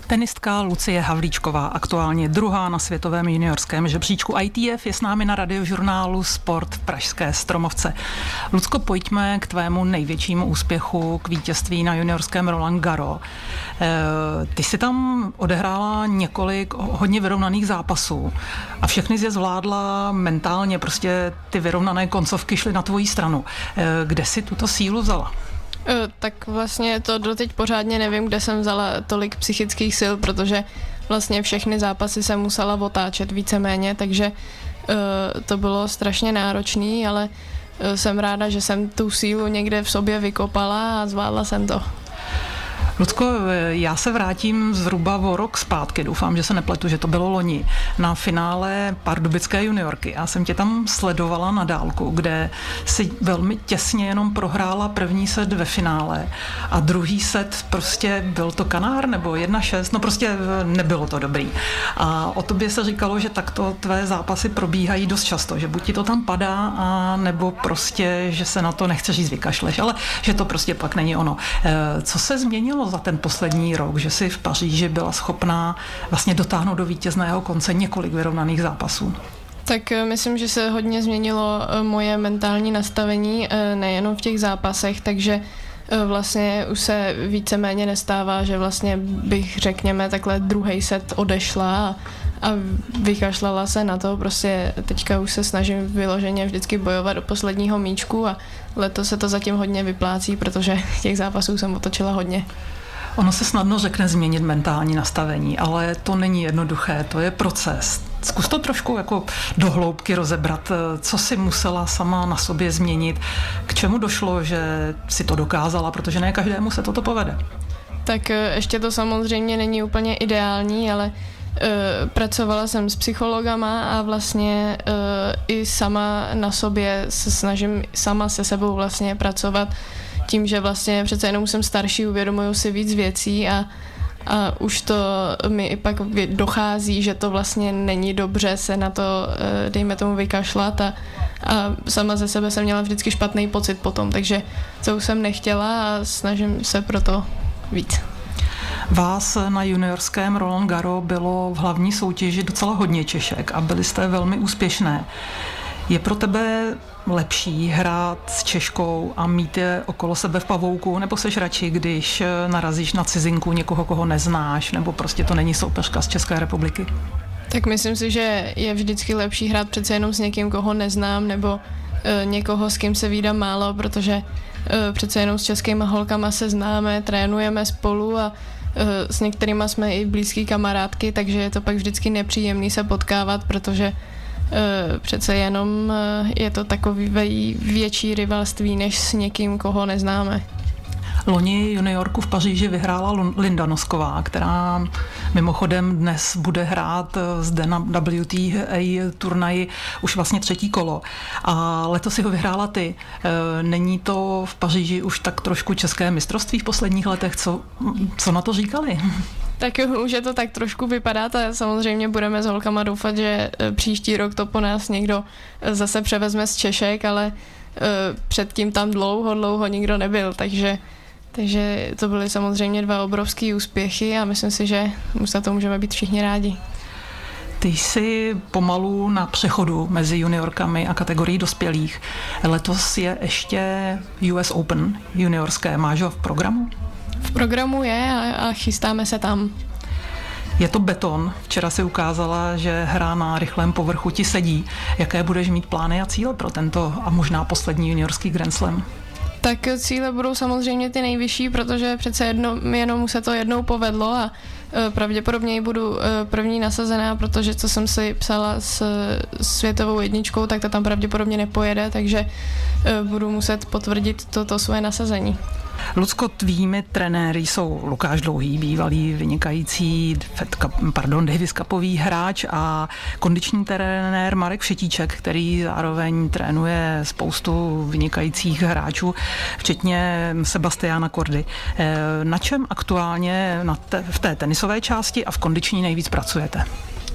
Tenistka Lucie Havlíčková, aktuálně druhá na světovém juniorském žebříčku ITF, je s námi na radiožurnálu Sport v pražské Stromovce. Lucko, pojďme k tvému největšímu úspěchu, k vítězství na juniorském Roland Garros. Ty jsi tam odehrála několik hodně vyrovnaných zápasů a všechny jsi je zvládla mentálně, prostě ty vyrovnané koncovky šly na tvoji stranu. Kde jsi tuto sílu vzala? Tak vlastně to doteď pořádně nevím, kde jsem vzala tolik psychických sil, protože vlastně všechny zápasy jsem musela otáčet víceméně, takže to bylo strašně náročný, ale jsem ráda, že jsem tu sílu někde v sobě vykopala a zvládla jsem to. Lucko, já se vrátím zhruba o rok zpátky, doufám, že se nepletu, že to bylo loni, na finále pardubické juniorky. Já jsem tě tam sledovala na dálku, kde si velmi těsně jenom prohrála první set ve finále a druhý set prostě byl to kanár nebo 1-6, no prostě nebylo to dobrý. A o tobě se říkalo, že takto tvé zápasy probíhají dost často, že buď ti to tam padá, a nebo prostě, že se na to nechceš jít vykašleš, ale že to prostě pak není ono. Co se změnilo za ten poslední rok, že si v Paříži byla schopná vlastně dotáhnout do vítězného konce několik vyrovnaných zápasů? Tak myslím, že se hodně změnilo moje mentální nastavení, nejenom v těch zápasech, takže vlastně už se víceméně nestává, že vlastně bych, řekněme, takhle druhý set odešla a vykašlala se na to, prostě teďka už se snažím vyloženě vždycky bojovat do posledního míčku a letos se to zatím hodně vyplácí, protože těch zápasů jsem otočila hodně. Ono se snadno řekne změnit mentální nastavení, ale to není jednoduché, to je proces. Zkus to trošku jako do hloubky rozebrat, co si musela sama na sobě změnit, k čemu došlo, že si to dokázala, protože ne každému se toto povede. Tak ještě to samozřejmě není úplně ideální, ale pracovala jsem s psychologama a vlastně i sama na sobě se snažím sama se sebou vlastně pracovat tím, že vlastně přece jenom jsem starší, uvědomuju si víc věcí a už to mi i pak dochází, že to vlastně není dobře se na to, dejme tomu, vykašlat a sama ze sebe jsem měla vždycky špatný pocit potom, takže to už jsem nechtěla a snažím se proto víc. Vás na juniorském Roland Garros bylo v hlavní soutěži docela hodně Češek a byli jste velmi úspěšné. Je pro tebe lepší hrát s Češkou a mít je okolo sebe v pavouku, nebo seš radši, když narazíš na cizinku někoho, koho neznáš, nebo prostě to není soupeřka z České republiky? Tak myslím si, že je vždycky lepší hrát přece jenom s někým, koho neznám, nebo někoho, s kým se vídám málo, protože přece jenom s českýma holkama se známe, trénujeme spolu a s některýma jsme i blízký kamarádky, takže je to pak vždycky nepříjemný se potkávat, protože přece jenom je to takový větší rivalství, než s někým, koho neznáme. Loni juniorku v Paříži vyhrála Linda Nosková, která mimochodem dnes bude hrát zde na WTA turnaji už vlastně 3. kolo. A letos si ho vyhrála ty. Není to v Paříži už tak trošku české mistrovství v posledních letech? Co na to říkali? Tak může to tak trošku vypadat a samozřejmě budeme s holkama doufat, že příští rok to po nás někdo zase převezme z Češek, ale předtím tam dlouho nikdo nebyl, takže to byly samozřejmě 2 obrovský úspěchy a myslím si, že za to můžeme být všichni rádi. Ty jsi pomalu na přechodu mezi juniorkami a kategorií dospělých. Letos je ještě US Open juniorské. Máš ho v programu? V programu je a chystáme se tam. Je to beton. Včera si ukázala, že hra na rychlém povrchu ti sedí. Jaké budeš mít plány a cíle pro tento a možná poslední juniorský Grand Slam? Tak cíle budou samozřejmě ty nejvyšší, protože přece jenom se to jednou povedlo a pravděpodobně budu první nasazená, protože co jsem si psala s světovou jedničkou, tak to tam pravděpodobně nepojede, takže budu muset potvrdit toto svoje nasazení. Lucko, tvými trenéry jsou Lukáš Dlouhý, bývalý vynikající Davis Cupový hráč a kondiční trenér Marek Všetíček, který zároveň trénuje spoustu vynikajících hráčů, včetně Sebastiana Kordy. Na čem aktuálně v té tenisové části a v kondiční nejvíc pracujete?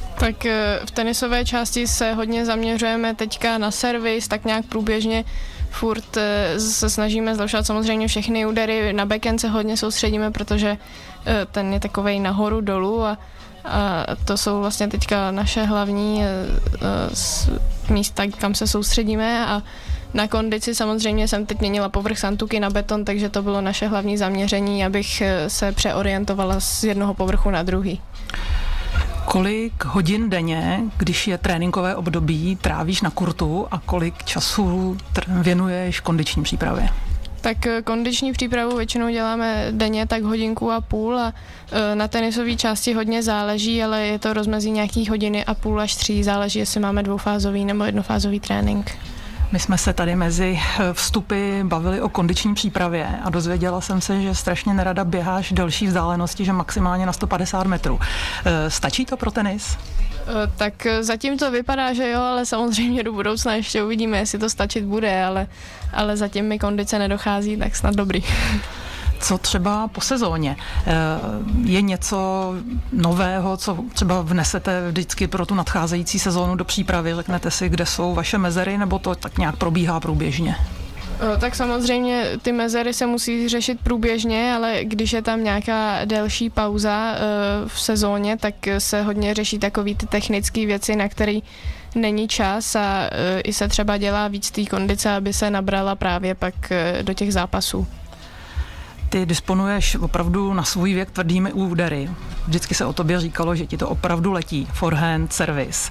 Tak v tenisové části se hodně zaměřujeme teďka na servis, tak nějak průběžně furt se snažíme zlepšovat samozřejmě všechny údery. Na backhand se hodně soustředíme, protože ten je takovej nahoru dolů a to jsou vlastně teďka naše hlavní místa, kam se soustředíme a na kondici samozřejmě jsem teď měnila povrch santuky na beton, takže to bylo naše hlavní zaměření, abych se přeorientovala z jednoho povrchu na druhý. Kolik hodin denně, když je tréninkové období, trávíš na kurtu a kolik času věnuješ kondiční přípravě? Tak kondiční přípravu většinou děláme denně tak 1,5 hodiny a na tenisové části hodně záleží, ale je to rozmezí nějakých 1,5 hodiny až 3, záleží, jestli máme dvoufázový nebo jednofázový trénink. My jsme se tady mezi vstupy bavili o kondiční přípravě a dozvěděla jsem se, že strašně nerada běháš delší vzdálenosti, že maximálně na 150 metrů. Stačí to pro tenis? Tak zatím to vypadá, že jo, ale samozřejmě do budoucna ještě uvidíme, jestli to stačit bude, ale zatím mi kondice nedochází, tak snad dobrý. Co třeba po sezóně? Je něco nového, co třeba vnesete vždycky pro tu nadcházející sezónu do přípravy? Řeknete si, kde jsou vaše mezery, nebo to tak nějak probíhá průběžně? Tak samozřejmě ty mezery se musí řešit průběžně, ale když je tam nějaká delší pauza v sezóně, tak se hodně řeší takový ty technické věci, na které není čas a i se třeba dělá víc té kondice, aby se nabrala právě pak do těch zápasů. Ty disponuješ opravdu na svůj věk tvrdými údery. Vždycky se o tobě říkalo, že ti to opravdu letí. Forehand, servis.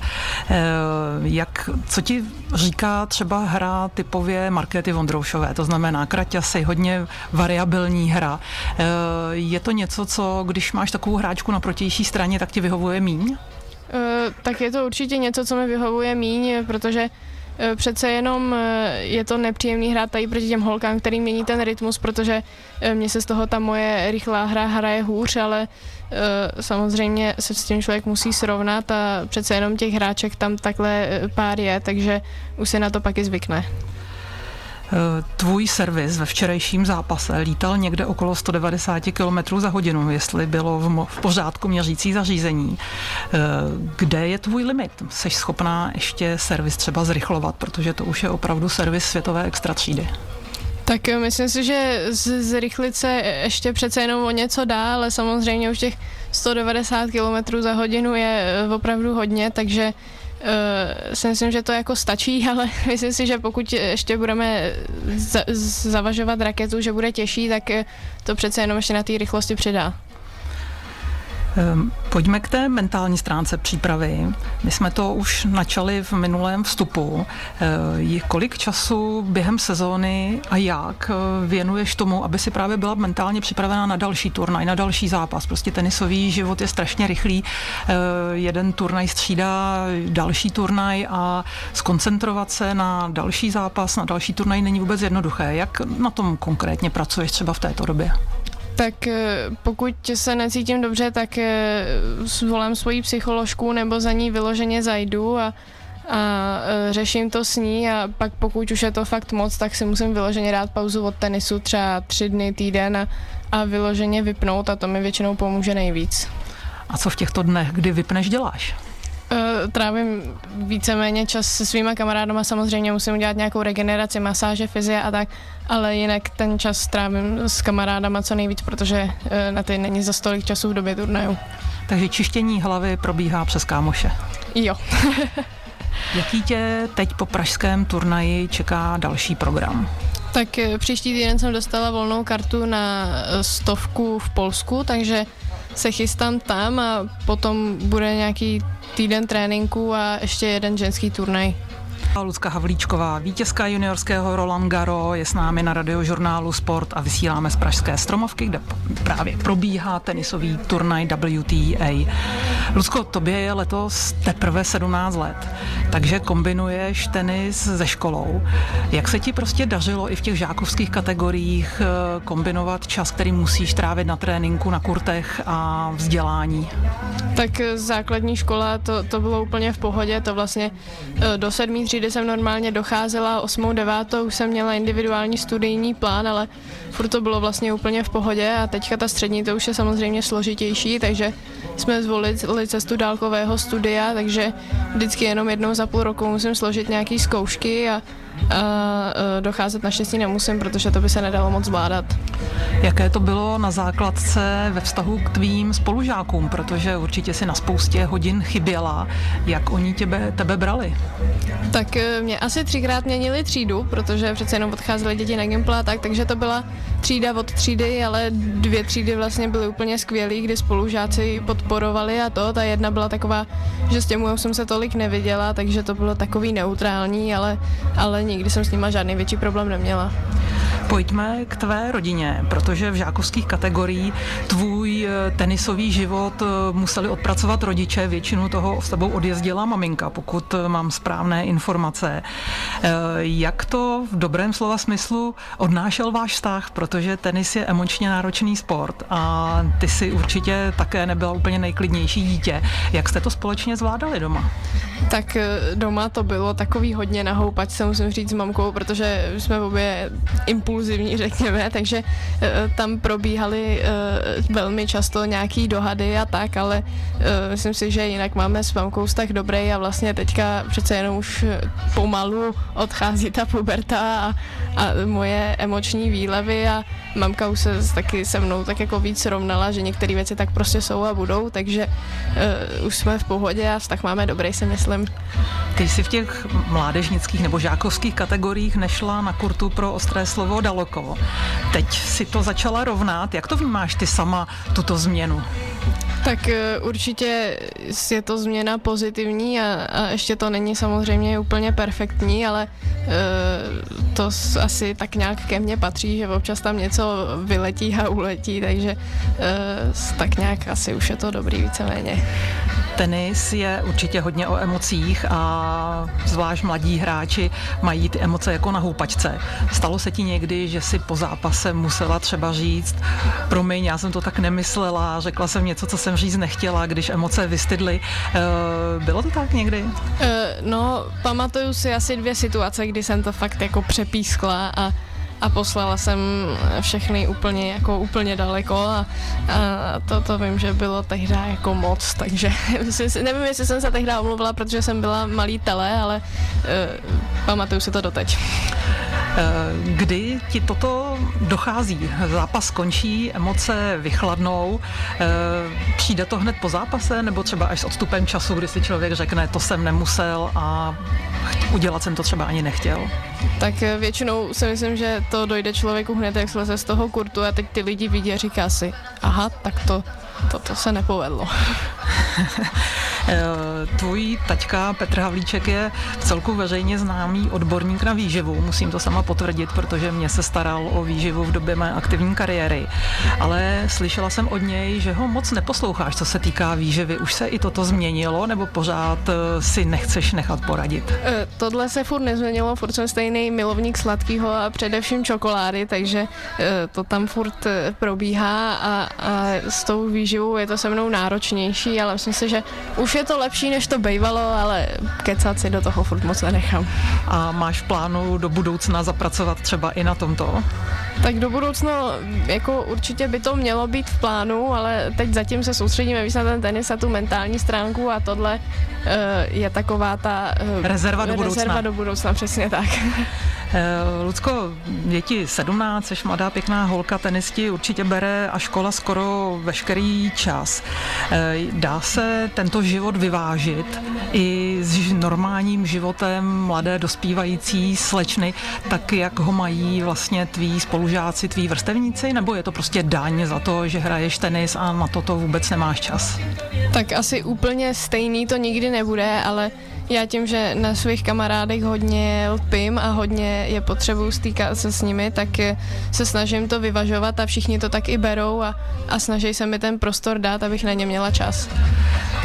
Co ti říká třeba hra typově Markéty Vondroušové? To znamená kraťasy, hodně variabilní hra. Je to něco, co když máš takovou hráčku na protější straně, tak ti vyhovuje míň? Tak je to určitě něco, co mi vyhovuje míň, protože přece jenom je to nepříjemný hrát tady proti těm holkám, který mění ten rytmus, protože mně se z toho ta moje rychlá hra hraje hůř, ale samozřejmě se s tím člověk musí srovnat a přece jenom těch hráček tam takhle pár je, takže už se na to pak i zvykne. Tvůj servis ve včerejším zápase lítal někde okolo 190 km za hodinu, jestli bylo v pořádku měřící zařízení. Kde je tvůj limit? Jsi schopná ještě servis třeba zrychlovat, protože to už je opravdu servis světové extratřídy. Tak myslím si, že zrychlit se ještě přece jenom o něco dá, ale samozřejmě už těch 190 km za hodinu je opravdu hodně, takže si myslím, že to jako stačí, ale myslím si, že pokud ještě budeme zavažovat raketu, že bude těžší, tak to přece jenom ještě na té rychlosti přidá. Pojďme k té mentální stránce přípravy. My jsme to už načali v minulém vstupu. Kolik času během sezóny a jak věnuješ tomu, aby si právě byla mentálně připravená na další turnaj, na další zápas? Prostě tenisový život je strašně rychlý. Jeden turnaj střídá další turnaj a zkoncentrovat se na další zápas, na další turnaj není vůbec jednoduché. Jak na tom konkrétně pracuješ třeba v této době? Tak pokud se necítím dobře, tak zvolám svoji psycholožku nebo za ní vyloženě zajdu a řeším to s ní a pak pokud už je to fakt moc, tak si musím vyloženě dát pauzu od tenisu třeba 3 dny, týden a vyloženě vypnout a to mi většinou pomůže nejvíc. A co v těchto dnech, kdy vypneš, děláš? Trávím víceméně čas se svýma kamarádama, samozřejmě musím udělat nějakou regeneraci, masáže, fyzie a tak, ale jinak ten čas trávím s kamarádama co nejvíc, protože na ty není za stolik času v době turnaju. Takže čištění hlavy probíhá přes kámoše. Jo. Jaký tě teď po pražském turnaji čeká další program? Tak příští týden jsem dostala volnou kartu na 100 v Polsku, takže se chystám tam a potom bude nějaký týden tréninku a ještě jeden ženský turnaj. Lucka Havlíčková, vítězka juniorského Roland Garros, je s námi na radiožurnálu Sport a vysíláme z pražské Stromovky, kde právě probíhá tenisový turnaj WTA. Lucko, tobě je letos teprve 17 let, takže kombinuješ tenis se školou. Jak se ti prostě dařilo i v těch žákovských kategoriích kombinovat čas, který musíš trávit na tréninku, na kurtech a vzdělání? Tak základní škola, to bylo úplně v pohodě, to vlastně do 7. třídy jsem normálně docházela, 8., 9. už jsem měla individuální studijní plán, ale furt to bylo vlastně úplně v pohodě a teďka ta střední to už je samozřejmě složitější, takže jsme zvolili cestu dálkového studia, takže vždycky jenom jednou za půl roku musím složit nějaký zkoušky a docházet naštěstí nemusím, protože to by se nedalo moc zvládat. Jaké to bylo na základce ve vztahu k tvým spolužákům, protože určitě si na spoustě hodin chyběla. Jak oni tebe brali? Tak mě asi 3krát měnili třídu, protože přece jenom odcházely děti na gympl a tak, takže to byla třída od třídy, ale 2 třídy vlastně byly úplně skvělý, kdy spolužáci podporovali a to. Ta jedna byla taková, že s těmi jsem se tolik neviděla, takže to bylo takový neutrální, ale nikdy jsem s nima žádný větší problém neměla. Pojďme k tvé rodině, protože v žákovských kategoriích tvůj tenisový život museli odpracovat rodiče, většinu toho s tebou odjezdila maminka, pokud mám správné informace. Jak to v dobrém slova smyslu odnášel váš vztah, protože tenis je emočně náročný sport a ty si určitě také nebyla úplně nejklidnější dítě. Jak jste to společně zvládali doma? Tak doma to bylo takový hodně na houpačce, musím říct s mamkou, protože jsme obě impulzivní, řekněme, takže tam probíhaly velmi často nějaký dohady a tak, ale myslím si, že jinak máme s mamkou vztah dobrý a vlastně teďka přece jenom už pomalu odchází ta puberta a moje emoční výlevy a mamka už se taky se mnou tak jako víc rovnala, že některé věci tak prostě jsou a budou, takže už jsme v pohodě a vztah máme dobrý, si myslím. Ty jsi v těch mládežnických nebo žákovských kategoriích nešla na kurtu pro ostré slovo daleko. Teď si to začala rovnat. Jak to vnímáš ty sama, tuto změnu? Tak určitě je to změna pozitivní a ještě to není samozřejmě úplně perfektní, ale to asi tak nějak ke mně patří, že občas tam něco vyletí a uletí, takže tak nějak asi už je to dobrý víceméně. Tenis je určitě hodně o emocích a zvlášť mladí hráči mají ty emoce jako na houpačce. Stalo se ti někdy, že si po zápase musela třeba říct: promiň, já jsem to tak nemyslela, řekla jsem něco, co jsem říct nechtěla, když emoce vystydly. Bylo to tak někdy? No, pamatuju si asi 2 situace, kdy jsem to fakt jako přepískla a poslala jsem všechny úplně daleko a to vím, že bylo tehdy jako moc, takže nevím, jestli jsem se tehdy omluvila, protože jsem byla malý tele, ale pamatuju si to doteď. Kdy ti toto dochází? Zápas skončí, emoce vychladnou, přijde to hned po zápase, nebo třeba až s odstupem času, kdy si člověk řekne, to jsem nemusel a udělat jsem to třeba ani nechtěl? Tak většinou si myslím, že to dojde člověku hned, jak sleze z toho kurtu a teď ty lidi vidí a říká si, aha, tak to se nepovedlo. Tvůj taťka Petr Havlíček je vcelku veřejně známý odborník na výživu. Musím to sama potvrdit, protože mě se staral o výživu v době mé aktivní kariéry. Ale slyšela jsem od něj, že ho moc neposloucháš, co se týká výživy. Už se i toto změnilo, nebo pořád si nechceš nechat poradit? Tohle se furt nezměnilo, furt jsem stejný milovník sladkého a především čokolády, takže to tam furt probíhá a s tou výživou je to se mnou náročnější, ale myslím si, že už je to lepší, než to bývalo, ale kecat si do toho furt moc nenechám. A máš v plánu do budoucna zapracovat třeba i na tomto? Tak do budoucna jako určitě by to mělo být v plánu, ale teď zatím se soustředíme víc na ten tenis a tu mentální stránku a tohle je taková ta rezerva do budoucna, přesně tak. Lucko, je ti 17, jsi mladá, pěkná holka, tenisti určitě bere a škola skoro veškerý čas. Dá se tento život vyvážit i s normálním životem mladé dospívající slečny, tak jak ho mají vlastně tví spolužáci, tví vrstevníci, nebo je to prostě daň za to, že hraješ tenis a na to vůbec nemáš čas? Tak asi úplně stejný to nikdy nebude, ale já tím, že na svých kamarádech hodně lpím a hodně je potřebuji stýkat se s nimi, tak se snažím to vyvažovat a všichni to tak i berou a snaží se mi ten prostor dát, abych na ně měla čas.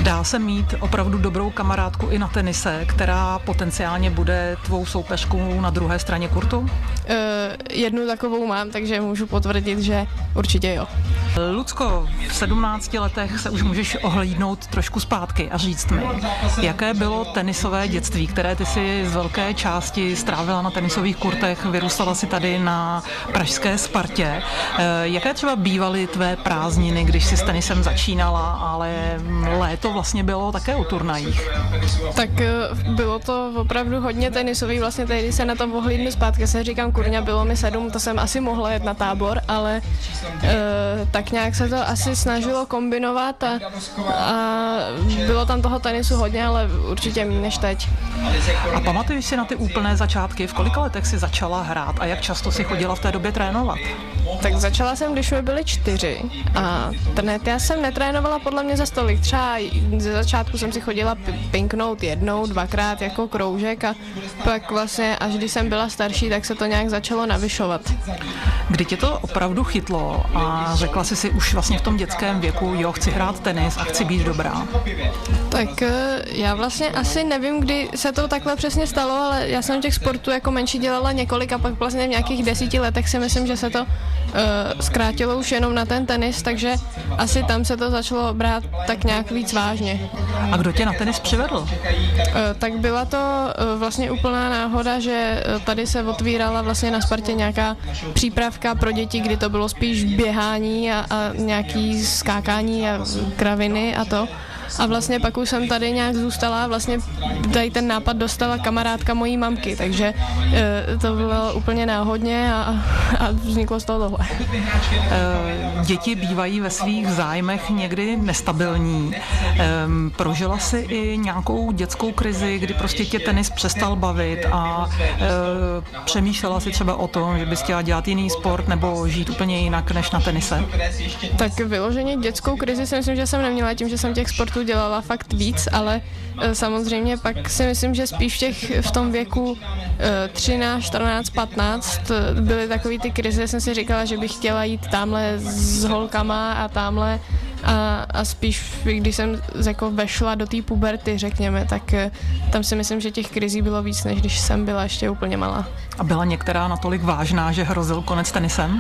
Dá se mít opravdu dobrou kamarádku i na tenise, která potenciálně bude tvou soupeřkou na druhé straně kurtu? Jednu takovou mám, takže můžu potvrdit, že určitě jo. Lucko, v 17 letech se už můžeš ohlídnout trošku zpátky a říct mi, jaké bylo tenisové dětství, které ty si z velké části strávila na tenisových kurtech, vyrůstala si tady na pražské Spartě. Jaké třeba bývaly tvé prázdniny, když jsi s tenisem začínala, ale léto vlastně bylo také o turnajích? Tak bylo to opravdu hodně tenisový, vlastně tehdy se na to ohlídnu zpátky, se říkám, kurňa, bylo mi 7, to jsem asi mohla jet na tábor, ale tak nějak se to asi snažilo kombinovat a bylo tam toho tenisu hodně, ale určitě méně než teď. A pamatuješ si na ty úplné začátky? V kolika letech jsi začala hrát a jak často si chodila v té době trénovat? Tak začala jsem, když mi byly 4 a já jsem netrénovala podle mě za stolik. Třeba ze začátku jsem si chodila pinknout 1, 2krát jako kroužek a pak vlastně, až když jsem byla starší, tak se to nějak začalo navyšovat. Kdy tě to opravdu chytlo a řekla jsi si už vlastně v tom dětském věku, jo, chci hrát tenis a chci být dobrá? Tak já vlastně asi nevím, kdy se to takhle přesně stalo, ale já jsem těch sportů jako menší dělala několik a pak vlastně v nějakých 10 letech si myslím, že se to zkrátilo už jenom na ten tenis, takže asi tam se to začalo brát tak nějak víc vážně. A kdo tě na tenis přivedl? Tak byla to vlastně úplná náhoda, že tady se otvírala vlastně na Spartě nějaká přípravka pro děti, kdy to bylo spíš běhání a nějaký skákání a kraviny a to. A vlastně pak už jsem tady nějak zůstala a vlastně tady ten nápad dostala kamarádka mojí mamky, takže to bylo úplně náhodně a vzniklo z toho tohle. Děti bývají ve svých zájmech někdy nestabilní. Prožila jsi i nějakou dětskou krizi, kdy prostě tě tenis přestal bavit a přemýšlela si třeba o tom, že bys chtěla dělat jiný sport nebo žít úplně jinak než na tenise? Tak vyloženě dětskou krizi si myslím, že jsem neměla tím, že jsem těch sportů dělala fakt víc, ale samozřejmě pak si myslím, že spíš v tom věku 13, 14, 15 byly takový ty krize, jsem si říkala, že bych chtěla jít tamhle s holkama a tamhle a spíš, když jsem jako vešla do té puberty, řekněme, tak tam si myslím, že těch krizí bylo víc, než když jsem byla ještě úplně malá. A byla některá natolik vážná, že hrozil konec tenisem?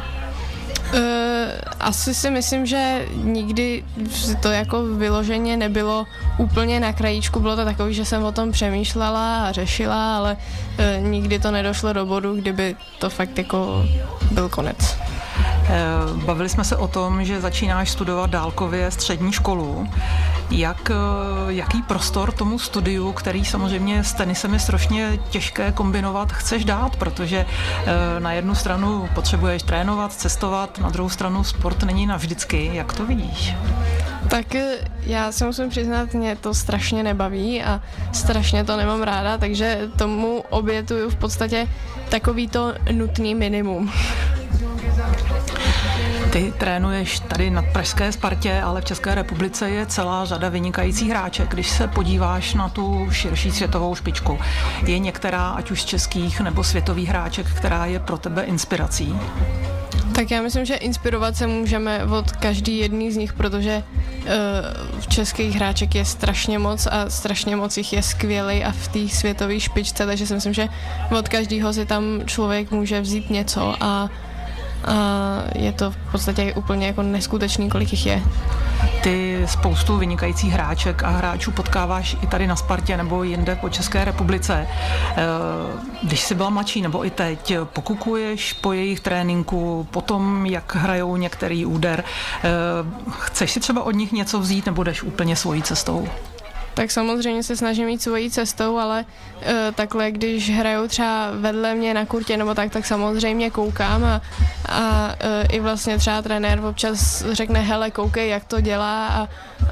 Asi si myslím, že nikdy to jako vyloženě nebylo úplně na krajíčku, bylo to takový, že jsem o tom přemýšlela a řešila, ale nikdy to nedošlo do bodu, kdyby to fakt jako byl konec. Bavili jsme se o tom, že začínáš studovat dálkově střední školu. Jaký prostor tomu studiu, který samozřejmě s tenisem je strašně těžké kombinovat, chceš dát, protože na jednu stranu potřebuješ trénovat, cestovat, na druhou stranu sport není navždycky. Jak to vidíš? Tak já se musím přiznat, mě to strašně nebaví a strašně to nemám ráda, takže tomu obětuju v podstatě takovýto nutný minimum. Ty trénuješ tady na pražské Spartě, ale v České republice je celá řada vynikajících hráček. Když se podíváš na tu širší světovou špičku, je některá, ať už z českých nebo světových hráček, která je pro tebe inspirací? Tak já myslím, že inspirovat se můžeme od každý jedný z nich, protože v českých hráček je strašně moc a strašně moc jich je skvělý a v té světové špičce, takže si myslím, že od každého si tam člověk může vzít něco a je to v podstatě úplně jako neskutečný, kolik jich je. Ty spoustu vynikajících hráček a hráčů potkáváš i tady na Spartě nebo jinde po České republice. Když jsi byla mladší nebo i teď, pokukuješ po jejich tréninku, po tom, jak hrajou některý úder. Chceš si třeba od nich něco vzít nebo jdeš úplně svojí cestou? Tak samozřejmě se snažím jít svojí cestou, ale takhle, když hrajou třeba vedle mě na kurtě nebo tak samozřejmě koukám a i vlastně třeba trenér občas řekne, hele, koukej, jak to dělá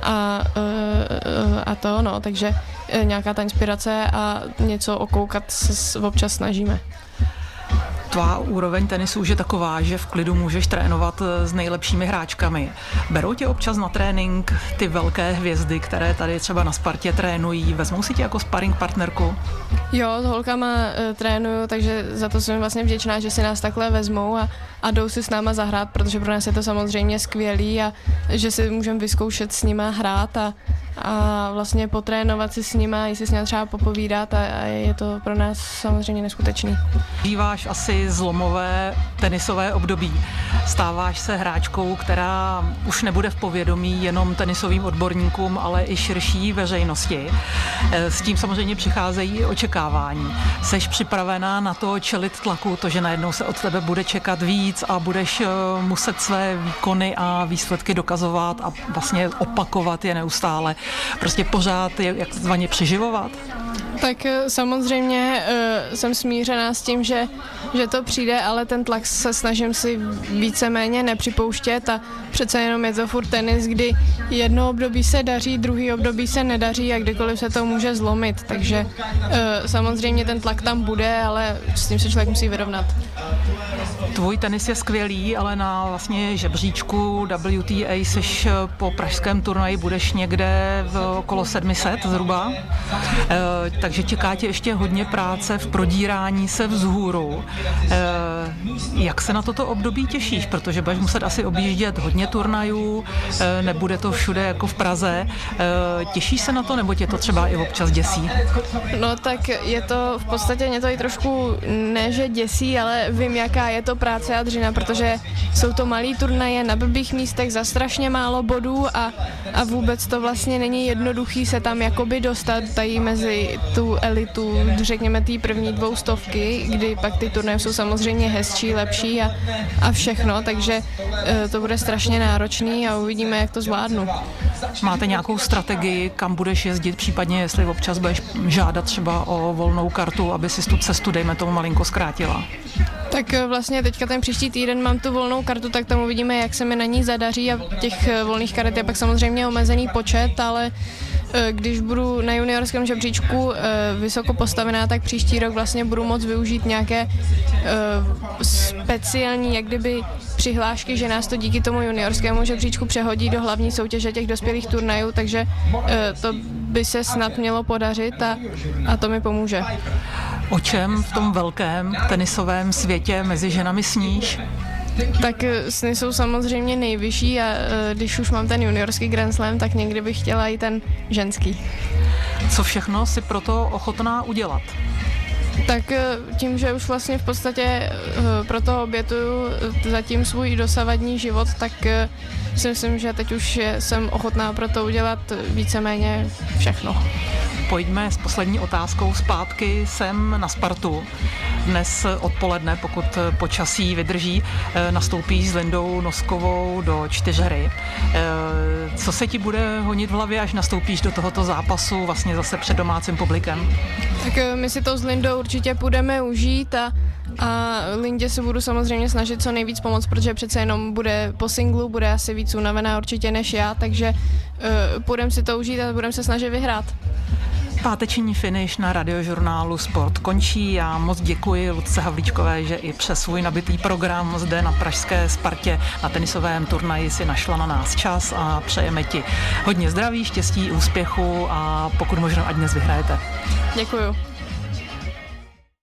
a to, no, takže nějaká ta inspirace a něco okoukat se občas snažíme. Tvá úroveň tenisu už je taková, že v klidu můžeš trénovat s nejlepšími hráčkami. Berou tě občas na trénink ty velké hvězdy, které tady třeba na Spartě trénují? Vezmou si tě jako sparring partnerku? Jo, s holkama trénuju, takže za to jsem vlastně vděčná, že si nás takhle vezmou a jdou si s náma zahrát, protože pro nás je to samozřejmě skvělý a že si můžeme vyzkoušet s nima hrát a vlastně potrénovat si s nima, i si s nimi třeba popovídat a je to pro nás samozřejmě neskutečný. Žíváš asi zlomové tenisové období. Stáváš se hráčkou, která už nebude v povědomí jenom tenisovým odborníkům, ale i širší veřejnosti. S tím samozřejmě přicházejí i očekávání. Seš připravená na to čelit tlaku, to, že najednou se od tebe bude čekat víc a budeš muset své výkony a výsledky dokazovat a vlastně opakovat je neustále. Prostě pořád je takzvaně přeživovat? Tak samozřejmě jsem smířená s tím, že to přijde, ale ten tlak se snažím si víceméně nepřipouštět a přece jenom je to furt tenis, kdy jedno období se daří, druhý období se nedaří a kdykoliv se to může zlomit, takže samozřejmě ten tlak tam bude, ale s tím se člověk musí vyrovnat. Tvůj tenis je skvělý, ale na vlastně žebříčku WTA seš po pražském turnaji budeš někde v okolo 700 zhruba, takže čeká tě ještě hodně práce v prodírání se vzhůru. Jak se na toto období těšíš? Protože budeš muset asi objíždět hodně turnajů, nebude to všude jako v Praze. Těšíš se na to, nebo tě to třeba i občas děsí? No tak je to v podstatě mě to i trošku ne, že děsí, ale vím, jaká je to práce a dřina, protože jsou to malý turnaje na blbých místech za strašně málo bodů a vůbec to vlastně není jednoduchý se tam jakoby dostat tady mezi tu elitu, řekněme té první 200, kdy pak ty turnaje jsou samozřejmě hezčí, lepší a všechno, takže to bude strašně náročný a uvidíme, jak to zvládnu. Máte nějakou strategii, kam budeš jezdit, případně jestli občas budeš žádat třeba o volnou kartu, aby si tu cestu, dejme tomu, malinko zkrátila? Tak vlastně teďka ten příští týden mám tu volnou kartu, tak tam uvidíme, jak se mi na ní zadaří a těch volných karet je pak samozřejmě omezený počet, ale když budu na juniorském žebříčku vysoko postavená, tak příští rok vlastně budu moct využít nějaké speciální, jak kdyby přihlášky, že nás to díky tomu juniorskému žebříčku přehodí do hlavní soutěže těch dospělých turnajů, takže to by se snad mělo podařit a to mi pomůže. O čem v tom velkém tenisovém světě mezi ženami sníš? Tak sny jsou samozřejmě nejvyšší a když už mám ten juniorský Grand Slam, tak někdy bych chtěla i ten ženský. Co všechno si proto ochotná udělat? Tak tím, že už vlastně v podstatě proto obětuju zatím svůj dosavadní život, tak si myslím, že teď už jsem ochotná pro to udělat víceméně všechno. Pojďme s poslední otázkou zpátky sem na Spartu. Dnes odpoledne, pokud počasí vydrží, nastoupíš s Lindou Noskovou do 4hry. Co se ti bude honit v hlavě, až nastoupíš do tohoto zápasu vlastně zase před domácím publikem? Tak my si to s Lindou určitě půjdeme užít a Lindě se budu samozřejmě snažit co nejvíc pomoct, protože přece jenom bude po singlu, bude asi víc unavená určitě než já, takže půjdeme si to užít a budeme se snažit vyhrát. Páteční finish na Radiožurnálu Sport končí. Já moc děkuji Lucce Havlíčkové, že i přes svůj nabitý program zde na pražské Spartě na tenisovém turnaji si našla na nás čas a přejeme ti hodně zdraví, štěstí, úspěchu a pokud možno, ať dnes vyhrajete. Děkuju.